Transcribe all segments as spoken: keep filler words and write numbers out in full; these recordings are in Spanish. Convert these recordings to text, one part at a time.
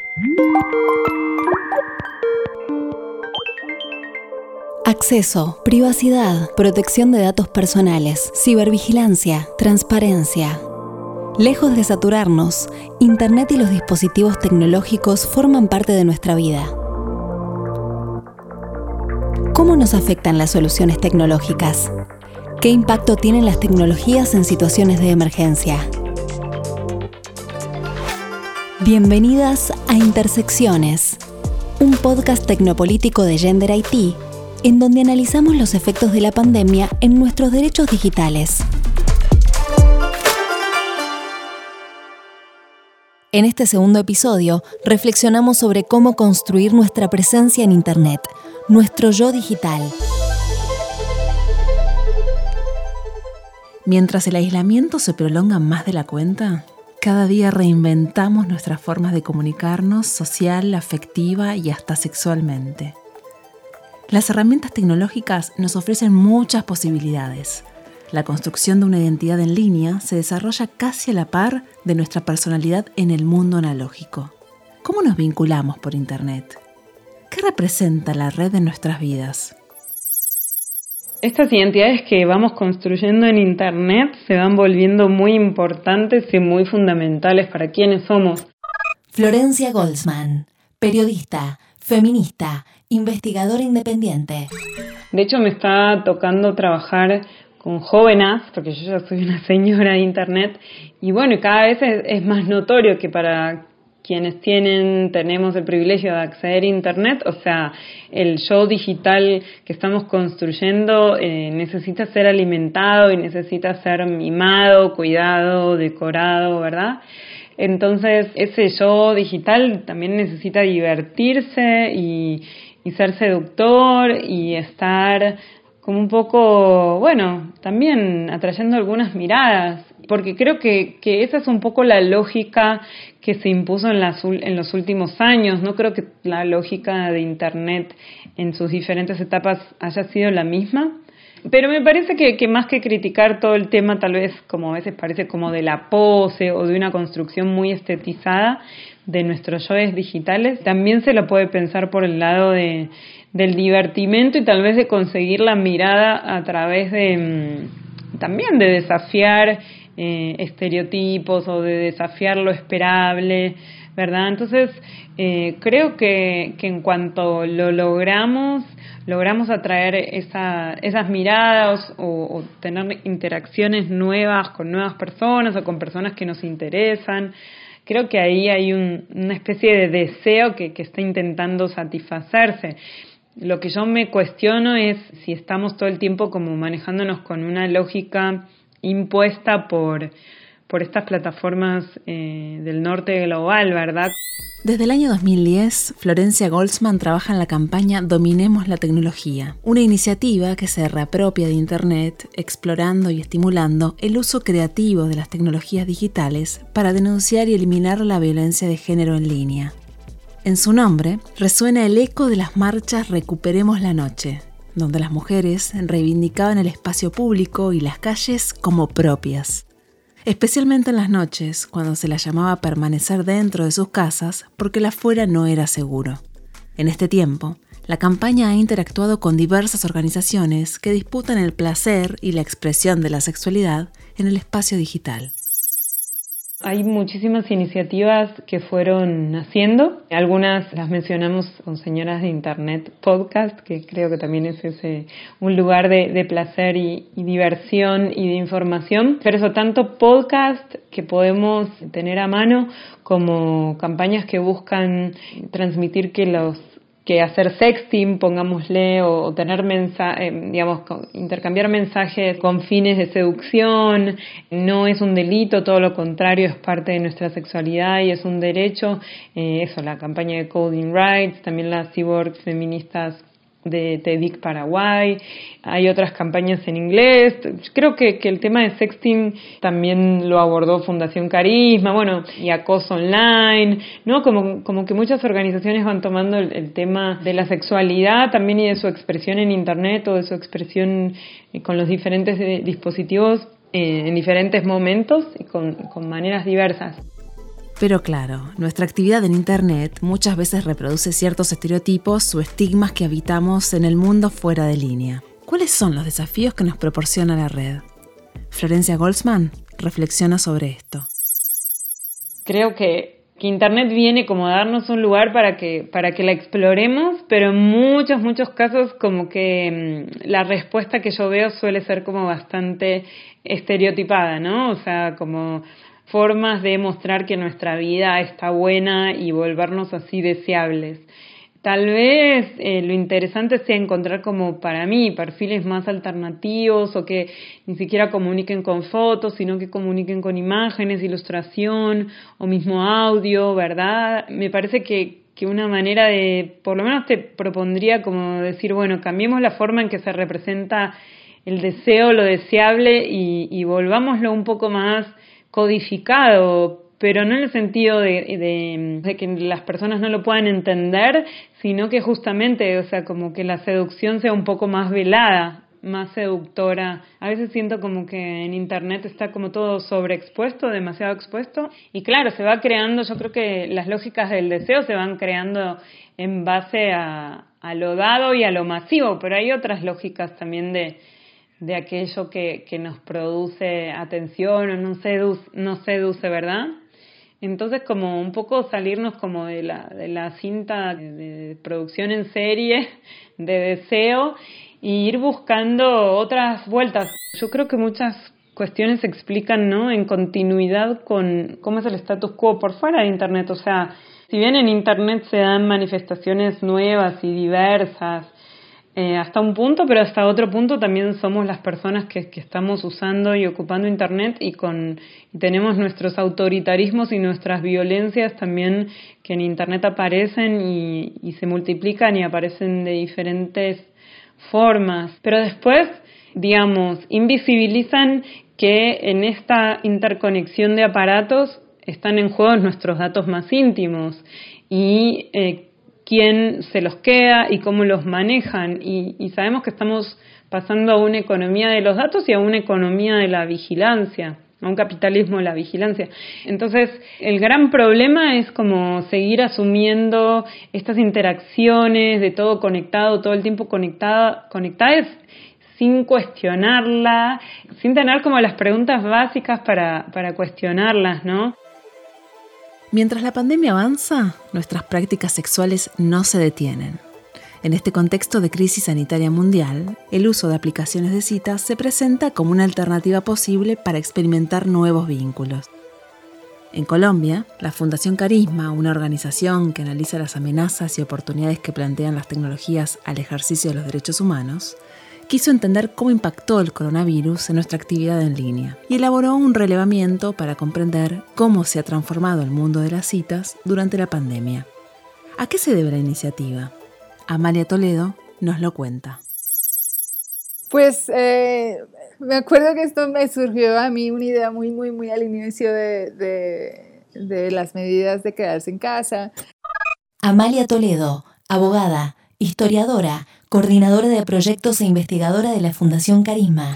Acceso, privacidad, protección de datos personales, cibervigilancia, transparencia. Lejos de saturarnos, Internet y los dispositivos tecnológicos forman parte de nuestra vida. ¿Cómo nos afectan las soluciones tecnológicas? ¿Qué impacto tienen las tecnologías en situaciones de emergencia? Bienvenidas a Intersecciones, un podcast tecnopolítico de Gender I T, en donde analizamos los efectos de la pandemia en nuestros derechos digitales. En este segundo episodio, reflexionamos sobre cómo construir nuestra presencia en Internet, nuestro yo digital. Mientras el aislamiento se prolonga más de la cuenta, cada día reinventamos nuestras formas de comunicarnos social, afectiva y hasta sexualmente. Las herramientas tecnológicas nos ofrecen muchas posibilidades. La construcción de una identidad en línea se desarrolla casi a la par de nuestra personalidad en el mundo analógico. ¿Cómo nos vinculamos por Internet? ¿Qué representa la red en nuestras vidas? Estas identidades que vamos construyendo en Internet se van volviendo muy importantes y muy fundamentales para quienes somos. Florencia Goldsman, periodista, feminista, investigadora independiente. De hecho, me está tocando trabajar con jóvenes, porque yo ya soy una señora de Internet, y bueno, cada vez es, es más notorio que para quienes tienen, tenemos el privilegio de acceder a Internet, o sea, el yo digital que estamos construyendo eh, necesita ser alimentado y necesita ser mimado, cuidado, decorado, ¿verdad? Entonces, ese yo digital también necesita divertirse y, y ser seductor y estar como un poco, bueno, también atrayendo algunas miradas, porque creo que, que esa es un poco la lógica que se impuso en, las, en los últimos años. No creo que la lógica de Internet en sus diferentes etapas haya sido la misma. Pero me parece que, que más que criticar todo el tema, tal vez como a veces parece como de la pose o de una construcción muy estetizada de nuestros yoes digitales, también se lo puede pensar por el lado de, del divertimento y tal vez de conseguir la mirada a través de también de desafiar eh, estereotipos o de desafiar lo esperable, ¿verdad? Entonces, eh, creo que, que en cuanto lo logramos, logramos atraer esa, esas miradas o, o tener interacciones nuevas con nuevas personas o con personas que nos interesan. Creo que ahí hay un, una especie de deseo que, que está intentando satisfacerse. Lo que yo me cuestiono es si estamos todo el tiempo como manejándonos con una lógica impuesta por, por estas plataformas eh, del norte global, ¿verdad? Desde el año dos mil diez, Florencia Goldsman trabaja en la campaña Dominemos la Tecnología, una iniciativa que se reapropia de Internet, explorando y estimulando el uso creativo de las tecnologías digitales para denunciar y eliminar la violencia de género en línea. En su nombre resuena el eco de las marchas Recuperemos la Noche, donde las mujeres reivindicaban el espacio público y las calles como propias. Especialmente en las noches, cuando se las llamaba a permanecer dentro de sus casas porque el afuera no era seguro. En este tiempo, la campaña ha interactuado con diversas organizaciones que disputan el placer y la expresión de la sexualidad en el espacio digital. Hay muchísimas iniciativas que fueron naciendo. Algunas las mencionamos con Señoras de Internet Podcast, que creo que también es ese un lugar de, de placer y, y diversión y de información. Pero eso, tanto podcast que podemos tener a mano como campañas que buscan transmitir que los que hacer sexting, pongámosle, o, o tener mensajes, eh, digamos, intercambiar mensajes con fines de seducción, no es un delito, todo lo contrario, es parte de nuestra sexualidad y es un derecho. Eh, eso, la campaña de Coding Rights, también las cyborgs feministas de TEDx Paraguay, hay otras campañas en inglés. Creo que, que el tema de sexting también lo abordó Fundación Carisma, bueno, y acoso online, ¿no? Como, como que muchas organizaciones van tomando el, el tema de la sexualidad también y de su expresión en Internet o de su expresión con los diferentes dispositivos eh, en diferentes momentos y con, con maneras diversas. Pero claro, nuestra actividad en Internet muchas veces reproduce ciertos estereotipos o estigmas que habitamos en el mundo fuera de línea. ¿Cuáles son los desafíos que nos proporciona la red? Florencia Goldsman reflexiona sobre esto. Creo que, que Internet viene como a darnos un lugar para que, para que la exploremos, pero en muchos, muchos casos como que mmm, la respuesta que yo veo suele ser como bastante estereotipada, ¿no? O sea, como formas de mostrar que nuestra vida está buena y volvernos así deseables. Tal vez eh, lo interesante sea encontrar como para mí perfiles más alternativos o que ni siquiera comuniquen con fotos, sino que comuniquen con imágenes, ilustración o mismo audio, ¿verdad? Me parece que, que una manera de, por lo menos te propondría como decir, bueno, cambiemos la forma en que se representa el deseo, lo deseable y, y volvámoslo un poco más codificado, pero no en el sentido de, de, de que las personas no lo puedan entender, sino que justamente, o sea, como que la seducción sea un poco más velada, más seductora. A veces siento como que en Internet está como todo sobreexpuesto, demasiado expuesto, y claro, se va creando, yo creo que las lógicas del deseo se van creando en base a, a lo dado y a lo masivo, pero hay otras lógicas también de de aquello que, que nos produce atención o no seduce, no seduce, ¿verdad? Entonces como un poco salirnos como de la, de la cinta de, de producción en serie, de deseo, y ir buscando otras vueltas. Yo creo que muchas cuestiones se explican, ¿no?, en continuidad con cómo es el status quo por fuera de Internet. O sea, si bien en Internet se dan manifestaciones nuevas y diversas, Eh, hasta un punto, pero hasta otro punto también somos las personas que, que estamos usando y ocupando Internet y con y tenemos nuestros autoritarismos y nuestras violencias también que en Internet aparecen y, y se multiplican y aparecen de diferentes formas. Pero después, digamos, invisibilizan que en esta interconexión de aparatos están en juego nuestros datos más íntimos y eh, quién se los queda y cómo los manejan. Y, y sabemos que estamos pasando a una economía de los datos y a una economía de la vigilancia, a un capitalismo de la vigilancia. Entonces, el gran problema es como seguir asumiendo estas interacciones de todo conectado, todo el tiempo conectada, conectadas, sin cuestionarla, sin tener como las preguntas básicas para, para cuestionarlas, ¿no? Mientras la pandemia avanza, nuestras prácticas sexuales no se detienen. En este contexto de crisis sanitaria mundial, el uso de aplicaciones de citas se presenta como una alternativa posible para experimentar nuevos vínculos. En Colombia, la Fundación Carisma, una organización que analiza las amenazas y oportunidades que plantean las tecnologías al ejercicio de los derechos humanos, quiso entender cómo impactó el coronavirus en nuestra actividad en línea y elaboró un relevamiento para comprender cómo se ha transformado el mundo de las citas durante la pandemia. ¿A qué se debe la iniciativa? Amalia Toledo nos lo cuenta. Pues eh, me acuerdo que esto me surgió a mí una idea muy, muy, muy al inicio de, de, de las medidas de quedarse en casa. Amalia Toledo, abogada, historiadora, coordinadora de proyectos e investigadora de la Fundación Carisma.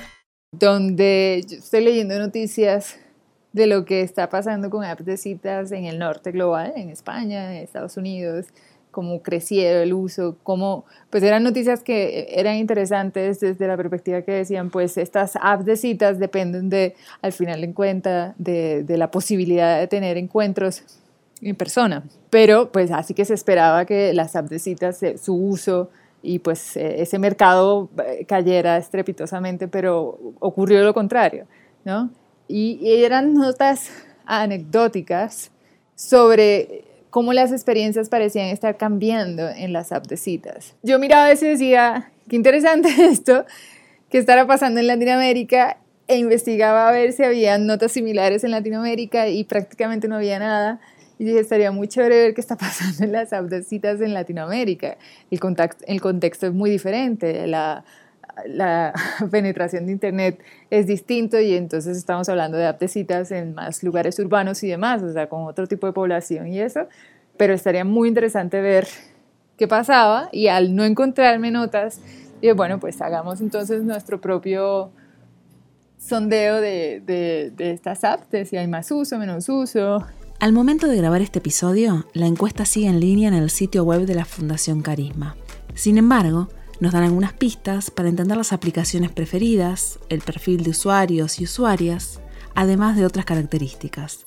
Donde yo estoy leyendo noticias de lo que está pasando con apps de citas en el norte global, en España, en Estados Unidos, cómo crecieron el uso, cómo, pues eran noticias que eran interesantes desde la perspectiva que decían, pues estas apps de citas dependen de, al final en cuenta, de, de la posibilidad de tener encuentros en persona. Pero pues así que se esperaba que las apps de citas, su uso y pues ese mercado cayera estrepitosamente, pero ocurrió lo contrario, ¿no? Y, y eran notas anecdóticas sobre cómo las experiencias parecían estar cambiando en las apps de citas. Yo miraba eso y decía, qué interesante esto que estará pasando en Latinoamérica, e investigaba a ver si había notas similares en Latinoamérica y prácticamente no había nada. Y dije, estaría muy chévere ver qué está pasando en las apps de citas en Latinoamérica. El contexto, el contexto es muy diferente, la, la penetración de Internet es distinto y entonces estamos hablando de apps de citas en más lugares urbanos y demás, o sea, con otro tipo de población y eso. Pero estaría muy interesante ver qué pasaba y al no encontrarme notas, dije, bueno, pues hagamos entonces nuestro propio sondeo de, de, de estas apps, de si hay más uso, menos uso. Al momento de grabar este episodio, la encuesta sigue en línea en el sitio web de la Fundación Carisma. Sin embargo, nos dan algunas pistas para entender las aplicaciones preferidas, el perfil de usuarios y usuarias, además de otras características.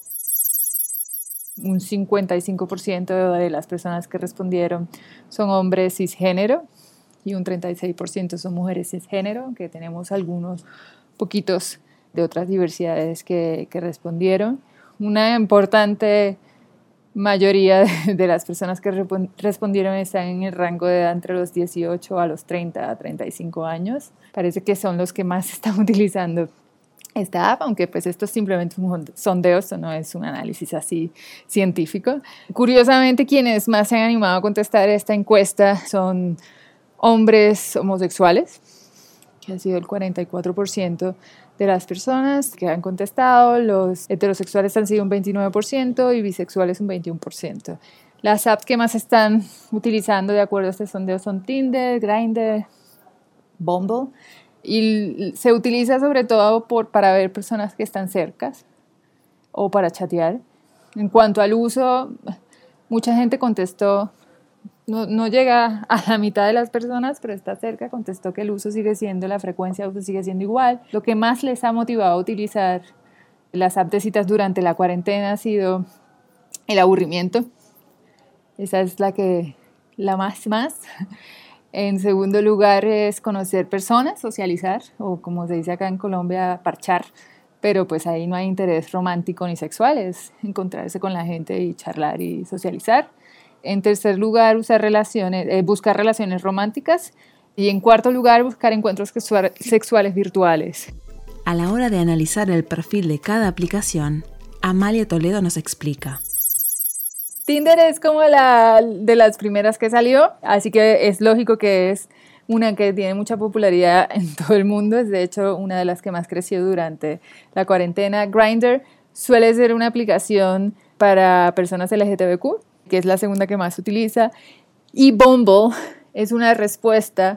Un cincuenta y cinco por ciento de las personas que respondieron son hombres cisgénero y un treinta y seis por ciento son mujeres cisgénero, que tenemos algunos poquitos de otras diversidades que, que respondieron. Una importante mayoría de, de las personas que rep- respondieron están en el rango de edad entre los dieciocho a los treinta a treinta y cinco años. Parece que son los que más están utilizando esta app, aunque pues esto es simplemente un sondeo, esto no es un análisis así científico. Curiosamente, quienes más se han animado a contestar esta encuesta son hombres homosexuales, que ha sido el cuarenta y cuatro por ciento de las personas que han contestado. Los heterosexuales han sido un veintinueve por ciento y bisexuales un veintiuno por ciento. Las apps que más están utilizando de acuerdo a este sondeo son Tinder, Grindr, Bumble, y se utiliza sobre todo por, para ver personas que están cercas o para chatear. En cuanto al uso, mucha gente contestó, no, no llega a la mitad de las personas, pero está cerca, contestó que el uso sigue siendo, la frecuencia de uso sigue siendo igual. Lo que más les ha motivado a utilizar las apps de citas durante la cuarentena ha sido el aburrimiento. Esa es la que, la más más. En segundo lugar es conocer personas, socializar, o como se dice acá en Colombia, parchar, pero pues ahí no hay interés romántico ni sexual, es encontrarse con la gente y charlar y socializar. En tercer lugar, usar relaciones, eh, buscar relaciones románticas. Y en cuarto lugar, buscar encuentros sexuales virtuales. A la hora de analizar el perfil de cada aplicación, Amalia Toledo nos explica. Tinder es como la de las primeras que salió, así que es lógico que es una que tiene mucha popularidad en todo el mundo. Es de hecho una de las que más creció durante la cuarentena. Grindr suele ser una aplicación para personas L G B T Q, que es la segunda que más se utiliza, y Bumble es una respuesta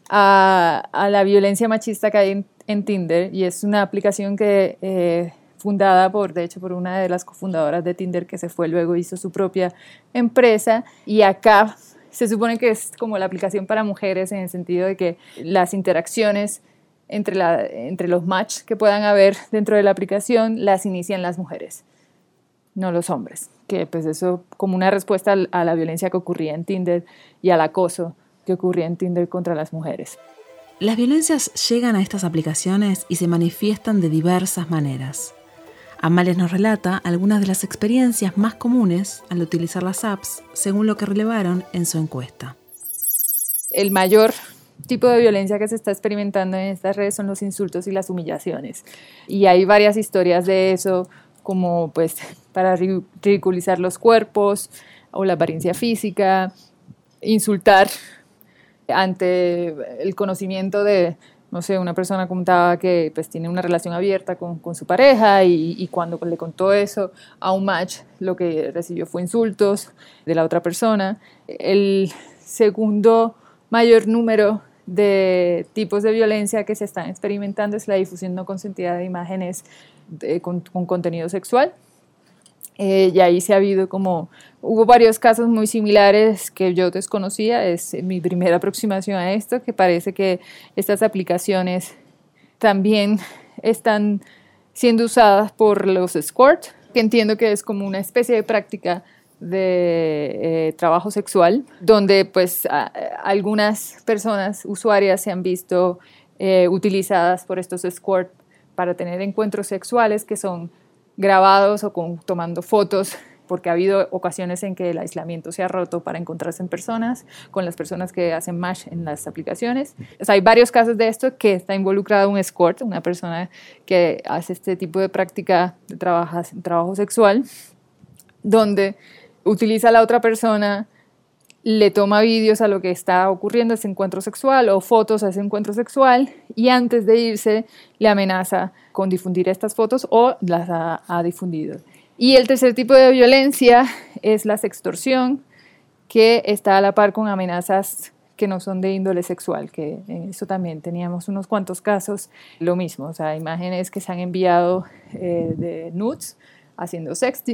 a, a la violencia machista que hay en, en Tinder, y es una aplicación que eh, fundada por, de hecho, por una de las cofundadoras de Tinder, que se fue luego, hizo su propia empresa, y acá se supone que es como la aplicación para mujeres en el sentido de que las interacciones entre, la, entre los match que puedan haber dentro de la aplicación las inician las mujeres, no los hombres, que pues eso como una respuesta a la violencia que ocurría en Tinder y al acoso que ocurría en Tinder contra las mujeres. Las violencias llegan a estas aplicaciones y se manifiestan de diversas maneras. Amalia nos relata algunas de las experiencias más comunes al utilizar las apps, según lo que relevaron en su encuesta. El mayor tipo de violencia que se está experimentando en estas redes son los insultos y las humillaciones. Y hay varias historias de eso, como pues para ridiculizar los cuerpos o la apariencia física, insultar ante el conocimiento de, no sé, una persona contaba que pues tiene una relación abierta con, con su pareja y, y cuando le contó eso a un match, lo que recibió fue insultos de la otra persona. El segundo mayor número de tipos de violencia que se están experimentando es la difusión no consentida de imágenes de, con, con contenido sexual. Eh, y ahí se ha habido como, hubo varios casos muy similares que yo desconocía. Es mi primera aproximación a esto, que parece que estas aplicaciones también están siendo usadas por los escort, que entiendo que es como una especie de práctica de eh, trabajo sexual, donde pues a, a algunas personas usuarias se han visto eh, utilizadas por estos escort para tener encuentros sexuales que son grabados o con, tomando fotos, porque ha habido ocasiones en que el aislamiento se ha roto para encontrarse en personas, con las personas que hacen match en las aplicaciones. O sea, hay varios casos de esto que está involucrado un escort, una persona que hace este tipo de práctica de trabajo, trabajo sexual, donde utiliza a la otra persona, le toma vídeos a lo que está ocurriendo, ese encuentro sexual, o fotos a ese encuentro sexual, y antes de irse le amenaza con difundir estas fotos o las ha, ha difundido. Y el tercer tipo de violencia es la sextorsión, que está a la par con amenazas que no son de índole sexual, que en eso también teníamos unos cuantos casos, lo mismo, o sea, imágenes que se han enviado eh, de nudes, haciendo sexting,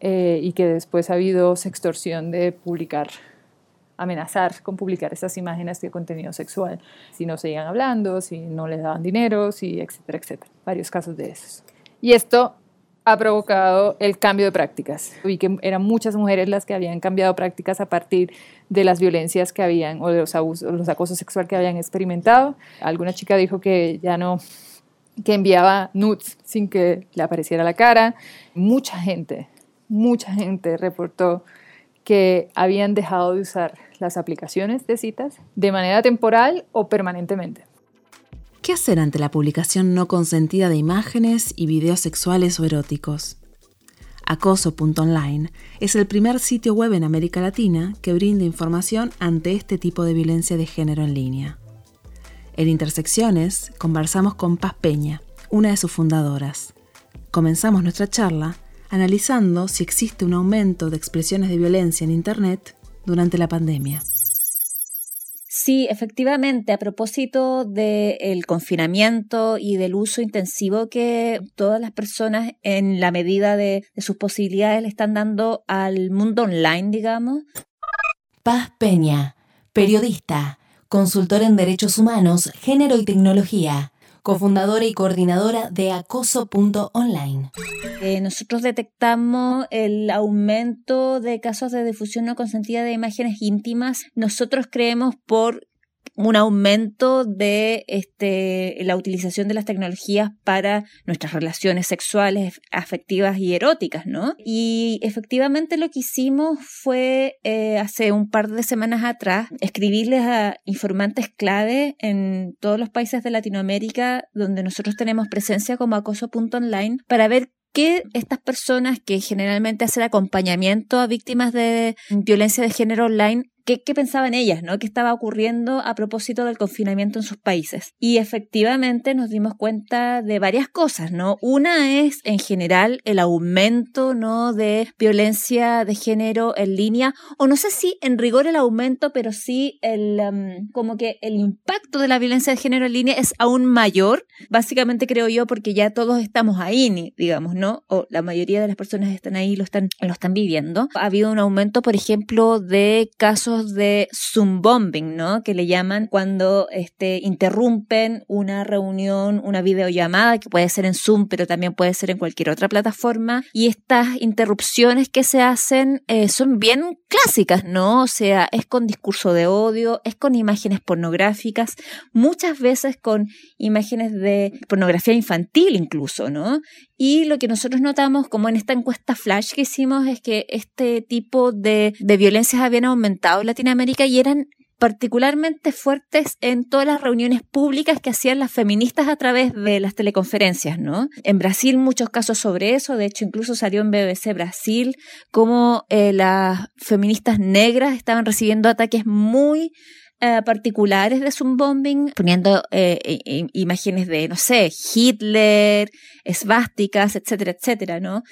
eh, y que después ha habido sextorsión de publicar, amenazar con publicar esas imágenes de contenido sexual, si no seguían hablando, si no les daban dinero, si, etcétera, etcétera. Varios casos de esos. Y esto ha provocado el cambio de prácticas. Vi que eran muchas mujeres las que habían cambiado prácticas a partir de las violencias que habían, o de los abusos, los acosos sexuales que habían experimentado. Alguna chica dijo que ya no, que enviaba nudes sin que le apareciera la cara. Mucha gente, mucha gente reportó que habían dejado de usar las aplicaciones de citas de manera temporal o permanentemente. ¿Qué hacer ante la publicación no consentida de imágenes y videos sexuales o eróticos? Acoso punto online es el primer sitio web en América Latina que brinda información ante este tipo de violencia de género en línea. En Intersecciones conversamos con Paz Peña, una de sus fundadoras. Comenzamos nuestra charla analizando si existe un aumento de expresiones de violencia en Internet durante la pandemia. Sí, efectivamente, a propósito del confinamiento y del uso intensivo que todas las personas en la medida de, de sus posibilidades le están dando al mundo online, digamos. Paz Peña, periodista, consultora en derechos humanos, género y tecnología, cofundadora y coordinadora de Acoso punto online. Eh, nosotros detectamos el aumento de casos de difusión no consentida de imágenes íntimas. Nosotros creemos por un aumento de este, la utilización de las tecnologías para nuestras relaciones sexuales, afectivas y eróticas, ¿no? Y efectivamente lo que hicimos fue, eh, hace un par de semanas atrás, escribirles a informantes clave en todos los países de Latinoamérica donde nosotros tenemos presencia como Acoso punto online para ver que estas personas que generalmente hacen acompañamiento a víctimas de violencia de género online, ¿qué, qué pensaban ellas, ¿no? ¿Qué estaba ocurriendo a propósito del confinamiento en sus países? Y efectivamente nos dimos cuenta de varias cosas, ¿no? Una es, en general, el aumento, ¿no?, de violencia de género en línea, o no sé si en rigor el aumento, pero sí el um, como que el impacto de la violencia de género en línea es aún mayor, básicamente creo yo, porque ya todos estamos ahí, digamos, ¿no? O la mayoría de las personas están ahí, lo están, lo están viviendo. Ha habido un aumento, por ejemplo, de casos de Zoom bombing, ¿no?, que le llaman cuando este, interrumpen una reunión, una videollamada, que puede ser en Zoom, pero también puede ser en cualquier otra plataforma, y estas interrupciones que se hacen eh, son bien clásicas, ¿no? O sea, es con discurso de odio, es con imágenes pornográficas, muchas veces con imágenes de pornografía infantil incluso, ¿no? Y lo que nosotros notamos, como en esta encuesta flash que hicimos, es que este tipo de, de violencias habían aumentado en Latinoamérica y eran particularmente fuertes en todas las reuniones públicas que hacían las feministas a través de las teleconferencias, ¿no? En Brasil muchos casos sobre eso, de hecho incluso salió en B B C Brasil cómo eh, las feministas negras estaban recibiendo ataques muy Uh, particulares de Zoom bombing, poniendo eh, eh, imágenes de, no sé, Hitler, esvásticas, etcétera, etcétera, ¿no?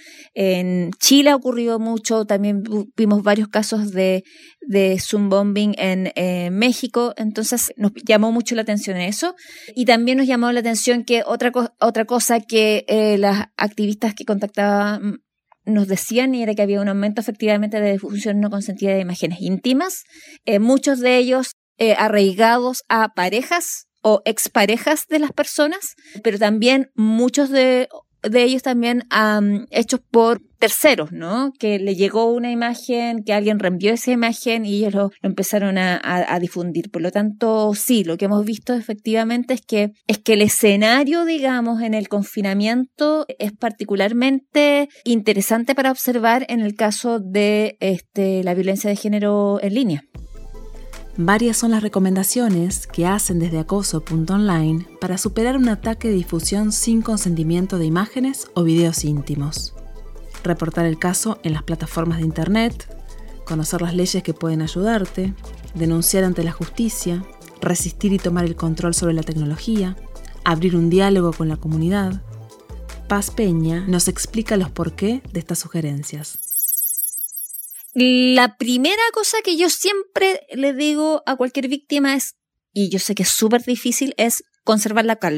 En Chile ha ocurrido mucho, también vimos varios casos de, de Zoom bombing en eh, México, entonces nos llamó mucho la atención eso, y también nos llamó la atención que otra, co- otra cosa que eh, las activistas que contactaban nos decían y era que había un aumento efectivamente de difusión no consentida de imágenes íntimas, eh, muchos de ellos Eh, arraigados a parejas o exparejas de las personas, pero también muchos de, de ellos también um, hechos por terceros, ¿no? Que le llegó una imagen, que alguien reenvió esa imagen y ellos lo, lo empezaron a, a, a difundir. Por lo tanto, sí, lo que hemos visto efectivamente es que, es que el escenario, digamos, en el confinamiento es particularmente interesante para observar en el caso de este, la violencia de género en línea. Varias son las recomendaciones que hacen desde Acoso punto online para superar un ataque de difusión sin consentimiento de imágenes o videos íntimos. Reportar el caso en las plataformas de internet, conocer las leyes que pueden ayudarte, denunciar ante la justicia, resistir y tomar el control sobre la tecnología, abrir un diálogo con la comunidad. Paz Peña nos explica los porqué de estas sugerencias. La primera cosa que yo siempre le digo a cualquier víctima es, y yo sé que es súper difícil, es conservar la calma,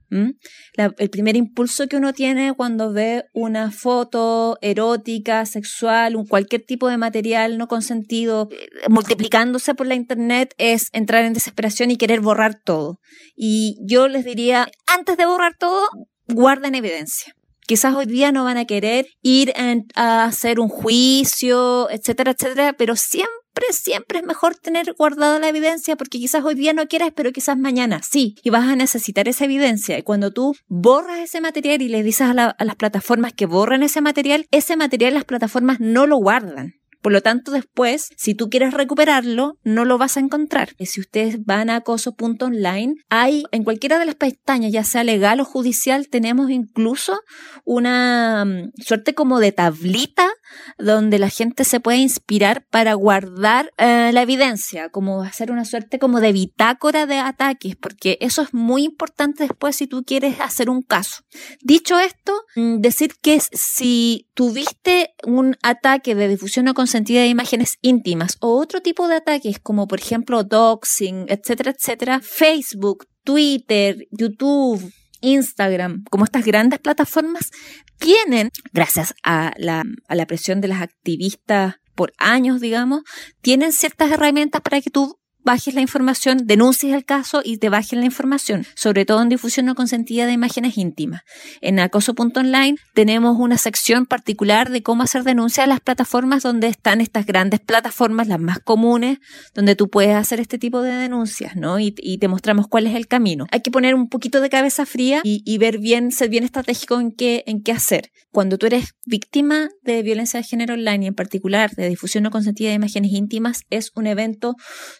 ¿Mm? La, el primer impulso que uno tiene cuando ve una foto erótica, sexual, un, cualquier tipo de material no consentido eh, multiplicándose por la internet es entrar en desesperación y querer borrar todo. Y yo les diría, antes de borrar todo, guarden evidencia. Quizás hoy día no van a querer ir en, a hacer un juicio, etcétera, etcétera, pero siempre Siempre es mejor tener guardada la evidencia porque quizás hoy día no quieras, pero quizás mañana sí. Y vas a necesitar esa evidencia. Y cuando tú borras ese material y le dices a, la, a las plataformas que borren ese material, ese material las plataformas no lo guardan. Por lo tanto, después, si tú quieres recuperarlo, no lo vas a encontrar. Si ustedes van a acoso punto online, hay en cualquiera de las pestañas, ya sea legal o judicial, tenemos incluso una um, suerte como de tablita donde la gente se puede inspirar para guardar eh, la evidencia, como hacer una suerte como de bitácora de ataques, porque eso es muy importante después si tú quieres hacer un caso. Dicho esto, decir que si tuviste un ataque de difusión no consentida de imágenes íntimas o otro tipo de ataques como por ejemplo doxing, etcétera, etcétera, Facebook, Twitter, YouTube, Instagram, como estas grandes plataformas, tienen, gracias a la, a la presión de las activistas por años, digamos, tienen ciertas herramientas para que tú bajes la información, denuncies el caso y te bajen la información, sobre todo en difusión no consentida de imágenes íntimas. En acoso punto online tenemos una sección particular de cómo hacer denuncias a las plataformas donde están estas grandes plataformas, las más comunes, donde tú puedes hacer este tipo de denuncias, ¿no? Y, y te mostramos cuál es el camino. Hay que poner un poquito de cabeza fría y, y ver bien, ser bien estratégico en qué, en qué hacer. Cuando tú eres víctima de violencia de género online y en particular de difusión no consentida de imágenes íntimas, es un evento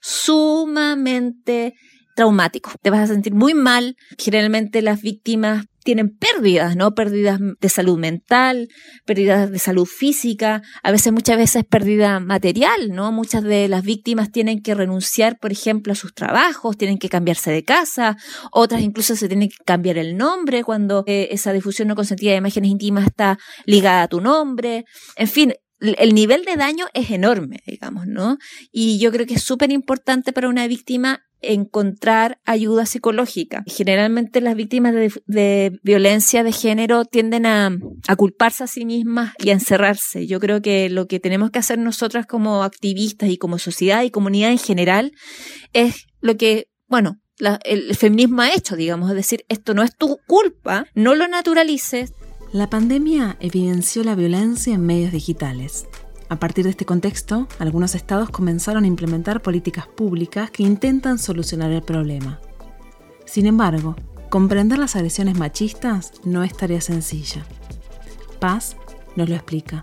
sumamente traumático. Te vas a sentir muy mal. Generalmente las víctimas tienen pérdidas, ¿no? Pérdidas de salud mental, pérdidas de salud física, a veces, muchas veces pérdida material, ¿no? Muchas de las víctimas tienen que renunciar, por ejemplo, a sus trabajos, tienen que cambiarse de casa, otras incluso se tienen que cambiar el nombre cuando eh, esa difusión no consentida de imágenes íntimas está ligada a tu nombre. En fin, el nivel de daño es enorme, digamos, ¿no? Y yo creo que es súper importante para una víctima encontrar ayuda psicológica. Generalmente las víctimas de, de violencia de género tienden a, a culparse a sí mismas y a encerrarse. Yo creo que lo que tenemos que hacer nosotras como activistas y como sociedad y comunidad en general es lo que, bueno, la, el feminismo ha hecho, digamos, es decir, esto no es tu culpa, no lo naturalices. La pandemia evidenció la violencia en medios digitales. A partir de este contexto, algunos estados comenzaron a implementar políticas públicas que intentan solucionar el problema. Sin embargo, comprender las agresiones machistas no es tarea sencilla. Paz nos lo explica.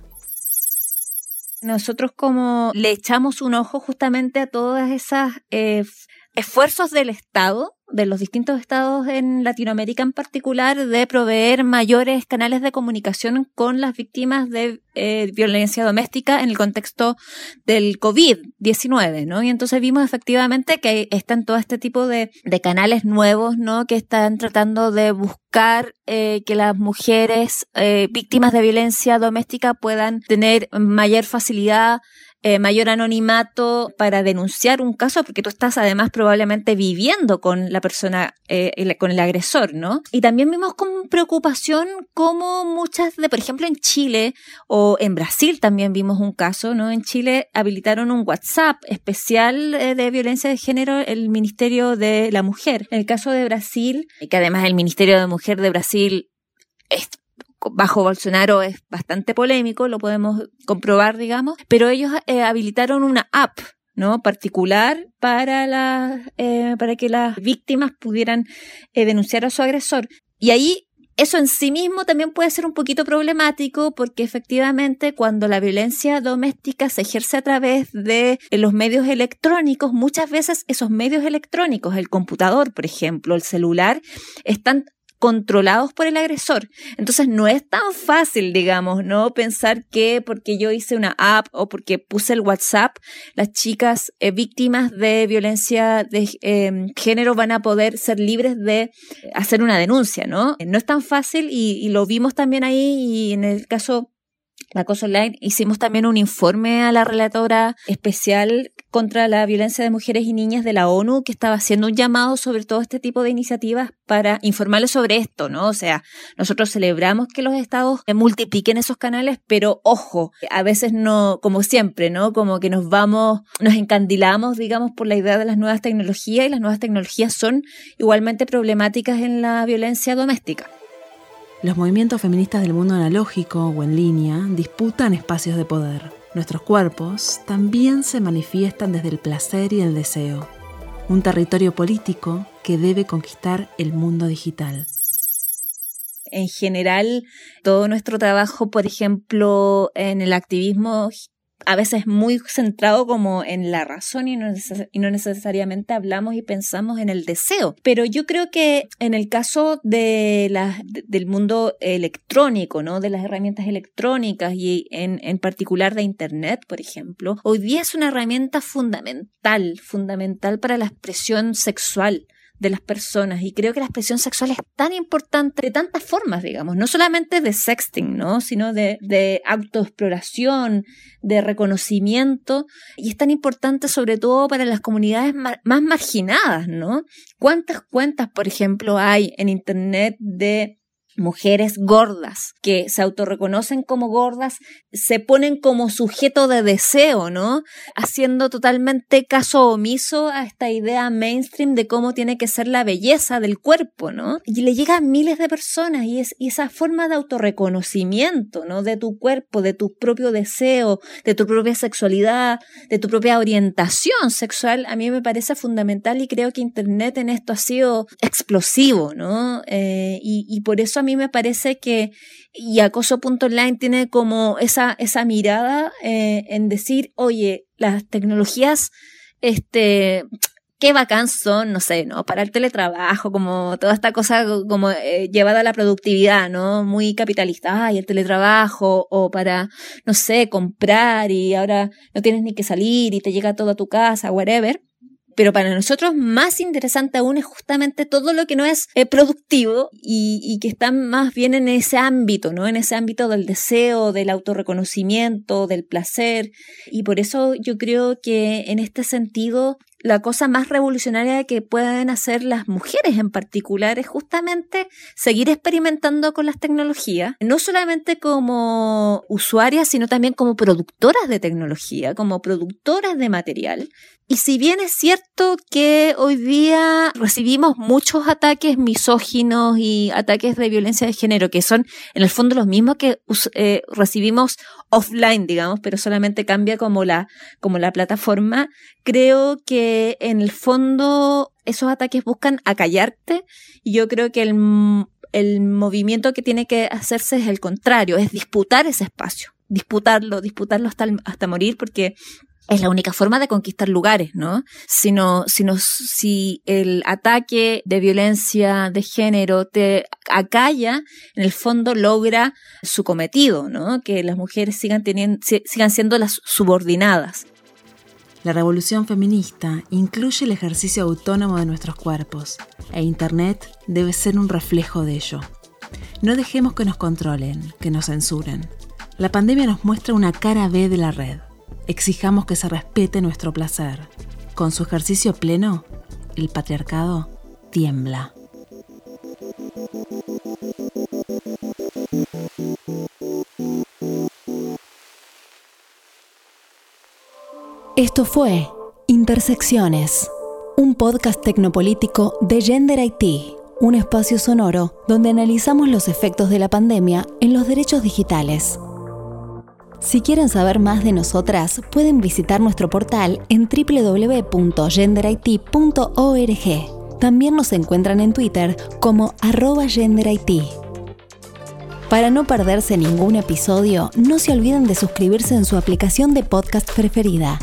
Nosotros como le echamos un ojo justamente a todas esas eh, esfuerzos del Estado, de los distintos estados en Latinoamérica en particular, de proveer mayores canales de comunicación con las víctimas de eh, violencia doméstica en el contexto del covid diecinueve, ¿no? Y entonces vimos efectivamente que están todo este tipo de, de canales nuevos, ¿no? Que están tratando de buscar eh, que las mujeres eh, víctimas de violencia doméstica puedan tener mayor facilidad, Eh, mayor anonimato para denunciar un caso, porque tú estás además probablemente viviendo con la persona, eh, con el agresor, ¿no? Y también vimos con preocupación cómo muchas de, por ejemplo, en Chile o en Brasil también vimos un caso, ¿no? En Chile habilitaron un WhatsApp especial eh, de violencia de género, el Ministerio de la Mujer. En el caso de Brasil, que además el Ministerio de Mujer de Brasil es bajo Bolsonaro es bastante polémico, lo podemos comprobar, digamos, pero ellos eh, habilitaron una app, ¿no? Particular para las eh, para que las víctimas pudieran eh, denunciar a su agresor. Y ahí eso en sí mismo también puede ser un poquito problemático porque efectivamente cuando la violencia doméstica se ejerce a través de los medios electrónicos, muchas veces esos medios electrónicos, el computador, por ejemplo, el celular, están controlados por el agresor. Entonces no es tan fácil, digamos, ¿no? Pensar que porque yo hice una app o porque puse el WhatsApp, las chicas eh, víctimas de violencia de eh, género van a poder ser libres de hacer una denuncia, ¿no? No es tan fácil y, y lo vimos también ahí y en el caso acoso online. Hicimos también un informe a la relatora especial contra la violencia de mujeres y niñas de la ONU, que estaba haciendo un llamado sobre todo este tipo de iniciativas para informarles sobre esto, ¿no? O sea, nosotros celebramos que los estados multipliquen esos canales, pero ojo, a veces no, como siempre, ¿no? Como que nos vamos, nos encandilamos, digamos, por la idea de las nuevas tecnologías, y las nuevas tecnologías son igualmente problemáticas en la violencia doméstica. Los movimientos feministas del mundo analógico o en línea disputan espacios de poder. Nuestros cuerpos también se manifiestan desde el placer y el deseo. Un territorio político que debe conquistar el mundo digital. En general, todo nuestro trabajo, por ejemplo, en el activismo, a veces muy centrado como en la razón y no, neces- y no necesariamente hablamos y pensamos en el deseo. Pero yo creo que en el caso de la, de, del mundo electrónico, ¿no? De las herramientas electrónicas y en, en particular de Internet, por ejemplo, hoy día es una herramienta fundamental, fundamental para la expresión sexual de las personas, y creo que la expresión sexual es tan importante de tantas formas, digamos, no solamente de sexting, ¿no? Sino de, de autoexploración, de reconocimiento, y es tan importante sobre todo para las comunidades ma- más marginadas, ¿no? ¿Cuántas cuentas, por ejemplo, hay en Internet de mujeres gordas que se autorreconocen como gordas, se ponen como sujeto de deseo, ¿no? Haciendo totalmente caso omiso a esta idea mainstream de cómo tiene que ser la belleza del cuerpo, ¿no? Y le llega a miles de personas, y, es, y esa forma de autorreconocimiento, ¿no? De tu cuerpo, de tu propio deseo, de tu propia sexualidad, de tu propia orientación sexual, a mí me parece fundamental, y creo que Internet en esto ha sido explosivo, ¿no? Eh, y, y por eso a mí me parece que y acoso punto online tiene como esa, esa mirada eh, en decir, oye, las tecnologías, este, qué bacán son, no sé, ¿no? Para el teletrabajo, como toda esta cosa como eh, llevada a la productividad, ¿no? Muy capitalista, ay, el teletrabajo, o para, no sé, comprar y ahora no tienes ni que salir y te llega todo a tu casa, whatever. Pero para nosotros más interesante aún es justamente todo lo que no es eh, productivo y, y que está más bien en ese ámbito, ¿no? En ese ámbito del deseo, del autorreconocimiento, del placer. Y por eso yo creo que en este sentido la cosa más revolucionaria que pueden hacer las mujeres en particular es justamente seguir experimentando con las tecnologías, no solamente como usuarias, sino también como productoras de tecnología, como productoras de material. Y si bien es cierto que hoy día recibimos muchos ataques misóginos y ataques de violencia de género, que son en el fondo los mismos que eh, recibimos offline, digamos, pero solamente cambia como la, como la plataforma, creo que en el fondo esos ataques buscan acallarte, y yo creo que el, el movimiento que tiene que hacerse es el contrario, es disputar ese espacio, disputarlo, disputarlo hasta, hasta morir, porque es la única forma de conquistar lugares, ¿no? Si, no, si, no, si el ataque de violencia de género te acalla, en el fondo logra su cometido, ¿no? Que las mujeres sigan, teniendo, sigan siendo las subordinadas. La revolución feminista incluye el ejercicio autónomo de nuestros cuerpos, e Internet debe ser un reflejo de ello. No dejemos que nos controlen, que nos censuren. La pandemia nos muestra una cara B de la red. Exijamos que se respete nuestro placer. Con su ejercicio pleno, el patriarcado tiembla. Esto fue Intersecciones, un podcast tecnopolítico de Gender I T, un espacio sonoro donde analizamos los efectos de la pandemia en los derechos digitales. Si quieren saber más de nosotras, pueden visitar nuestro portal en doble u doble u doble u punto gender i t punto org. También nos encuentran en Twitter como arroba genderit. Para no perderse ningún episodio, no se olviden de suscribirse en su aplicación de podcast preferida.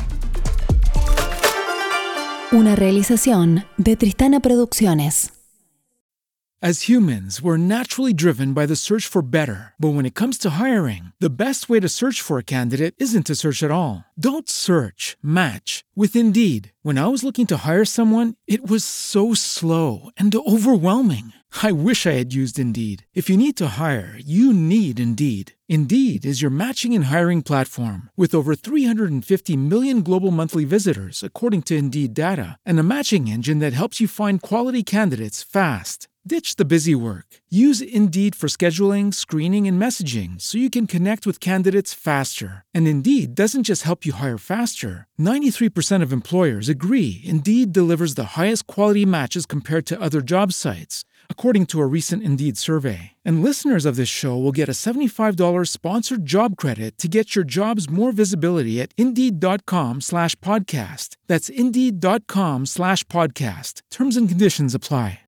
Una realización de Tristana Producciones. As humans, we're naturally driven by the search for better. But when it comes to hiring, the best way to search for a candidate isn't to search at all. Don't search, match with Indeed. When I was looking to hire someone, it was so slow and overwhelming. I wish I had used Indeed. If you need to hire, you need Indeed. Indeed is your matching and hiring platform with over three hundred fifty million global monthly visitors, according to Indeed data, and a matching engine that helps you find quality candidates fast. Ditch the busy work. Use Indeed for scheduling, screening, and messaging so you can connect with candidates faster. And Indeed doesn't just help you hire faster. ninety-three percent of employers agree Indeed delivers the highest quality matches compared to other job sites, according to a recent Indeed survey. And listeners of this show will get a seventy-five dollars sponsored job credit to get your jobs more visibility at Indeed.com slash podcast. That's Indeed.com slash podcast. Terms and conditions apply.